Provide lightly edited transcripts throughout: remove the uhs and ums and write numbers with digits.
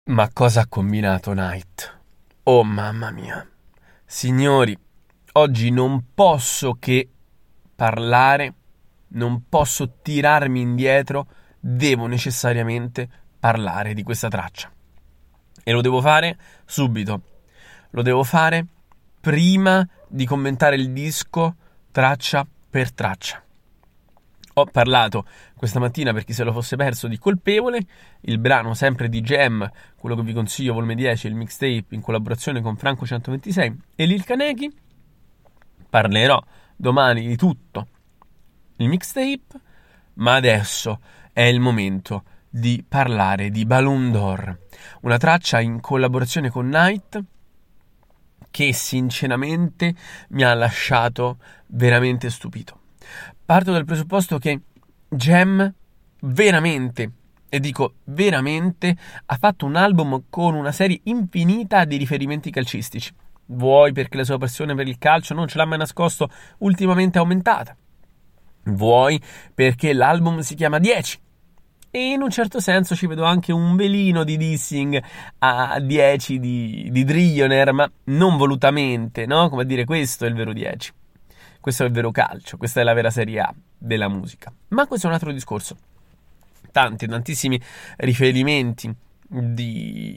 Ma cosa ha combinato Knight? Oh mamma mia. Signori, oggi non posso che parlare, non posso tirarmi indietro, devo necessariamente parlare di questa traccia. E lo devo fare subito. Lo devo fare prima di commentare il disco traccia per traccia. Ho parlato questa mattina, per chi se lo fosse perso, di Colpevole, il brano sempre di Jam, quello che vi consiglio, volume 10, il mixtape in collaborazione con Franco 126 e Lil Kaneki. Parlerò domani di tutto il mixtape, ma adesso è il momento di parlare di Ballon d'Or, una traccia in collaborazione con Knight che sinceramente mi ha lasciato veramente stupito. Parto dal presupposto che Jam veramente, e dico veramente, ha fatto un album con una serie infinita di riferimenti calcistici. Vuoi perché la sua passione per il calcio non ce l'ha mai nascosto, ultimamente è aumentata. Vuoi perché l'album si chiama 10. E in un certo senso ci vedo anche un velino di dissing a 10 di Drillionaire, ma non volutamente, no? Come a dire, questo è il vero 10. Questo è il vero calcio, questa è la vera Serie A della musica. Ma questo è un altro discorso. Tantissimi riferimenti di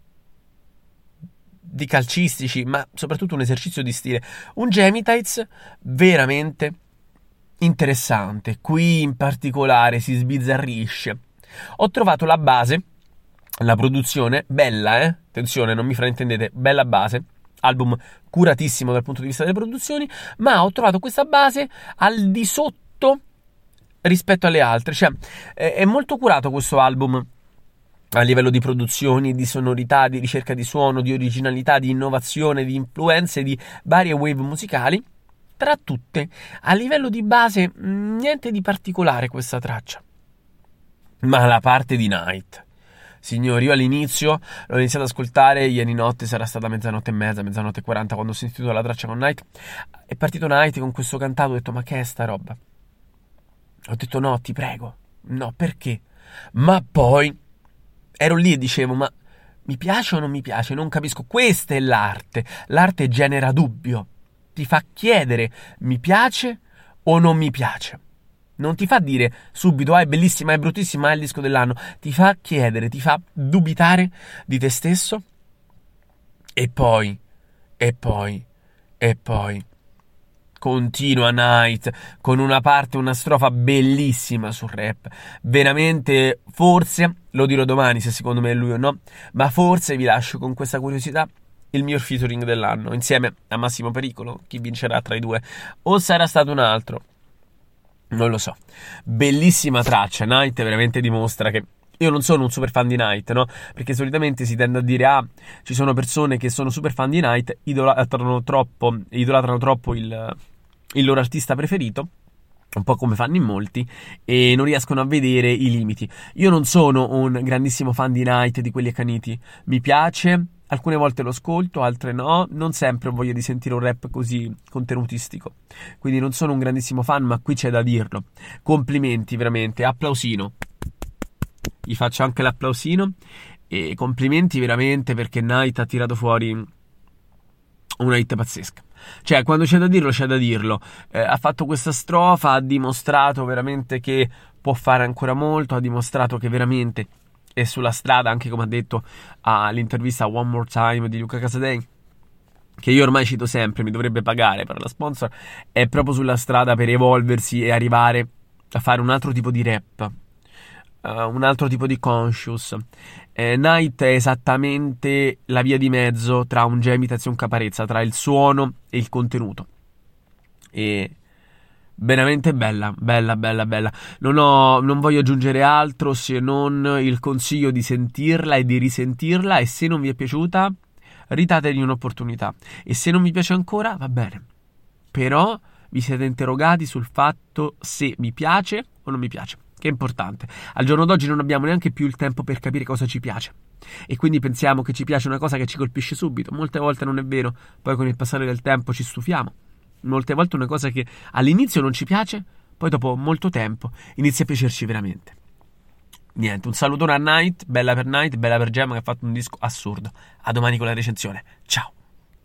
calcistici, ma soprattutto un esercizio di stile. Un Gemitites veramente interessante. Qui in particolare si sbizzarrisce. Ho trovato la base, la produzione, bella, attenzione, non mi fraintendete, bella base. Album curatissimo dal punto di vista delle produzioni, ma ho trovato questa base al di sotto rispetto alle altre. Cioè, è molto curato questo album a livello di produzioni, di sonorità, di ricerca di suono, di originalità, di innovazione, di influenze, di varie wave musicali. Tra tutte, a livello di base, niente di particolare questa traccia. Ma la parte di Knight, signori, io all'inizio l'ho iniziato ad ascoltare ieri notte, sarà stata mezzanotte e mezza, mezzanotte e 40 quando ho sentito la traccia con Knight. È partito Knight con questo cantato, ho detto ma che è sta roba? Ho detto no, ti prego, no, perché? Ma poi ero lì e dicevo ma mi piace o non mi piace? Non capisco, questa è l'arte, l'arte genera dubbio, ti fa chiedere mi piace o non mi piace. Non ti fa dire subito è bellissima, è bruttissima, è il disco dell'anno. Ti fa chiedere, ti fa dubitare di te stesso. E poi continua Knight con una parte, una strofa bellissima sul rap. Veramente, forse, lo dirò domani se secondo me è lui o no, ma forse vi lascio con questa curiosità. Il mio featuring dell'anno, insieme a Massimo Pericolo, chi vincerà tra i due? O sarà stato un altro? Non lo so. Bellissima traccia. Knight veramente dimostra che io non sono un super fan di Knight, no? Perché solitamente si tende a dire ci sono persone che sono super fan di Knight, idolatrano troppo il loro artista preferito, un po' come fanno in molti, e non riescono a vedere i limiti. Io non sono un grandissimo fan di Knight, di quelli accaniti. Mi piace, alcune volte lo ascolto, altre no. Non sempre ho voglia di sentire un rap così contenutistico. Quindi non sono un grandissimo fan, ma qui c'è da dirlo. Complimenti, veramente, applausino. Gli faccio anche l'applausino. E complimenti veramente perché Knight ha tirato fuori una hit pazzesca. Cioè, quando c'è da dirlo, c'è da dirlo. Ha fatto questa strofa, ha dimostrato veramente che può fare ancora molto, ha dimostrato che veramente è sulla strada, anche come ha detto all'intervista One More Time di Luca Casadei, che io ormai cito sempre, mi dovrebbe pagare per la sponsor, è proprio sulla strada per evolversi e arrivare a fare un altro tipo di rap, un altro tipo di conscious. Knight è esattamente la via di mezzo tra un Gemitites e un Caparezza, tra il suono e il contenuto. E veramente bella. Non voglio aggiungere altro se non il consiglio di sentirla e di risentirla, e se non vi è piaciuta ridategli un'opportunità, e se non vi piace ancora va bene, però vi siete interrogati sul fatto se mi piace o non mi piace, che è importante. Al giorno d'oggi non abbiamo neanche più il tempo per capire cosa ci piace, e quindi pensiamo che ci piace una cosa che ci colpisce subito. Molte volte non è vero, poi con il passare del tempo ci stufiamo. Molte volte una cosa che all'inizio non ci piace, poi dopo molto tempo inizia a piacerci veramente. niente, un salutone a Night, bella per Night, bella per Gemma che ha fatto un disco assurdo. A domani con la recensione. Ciao.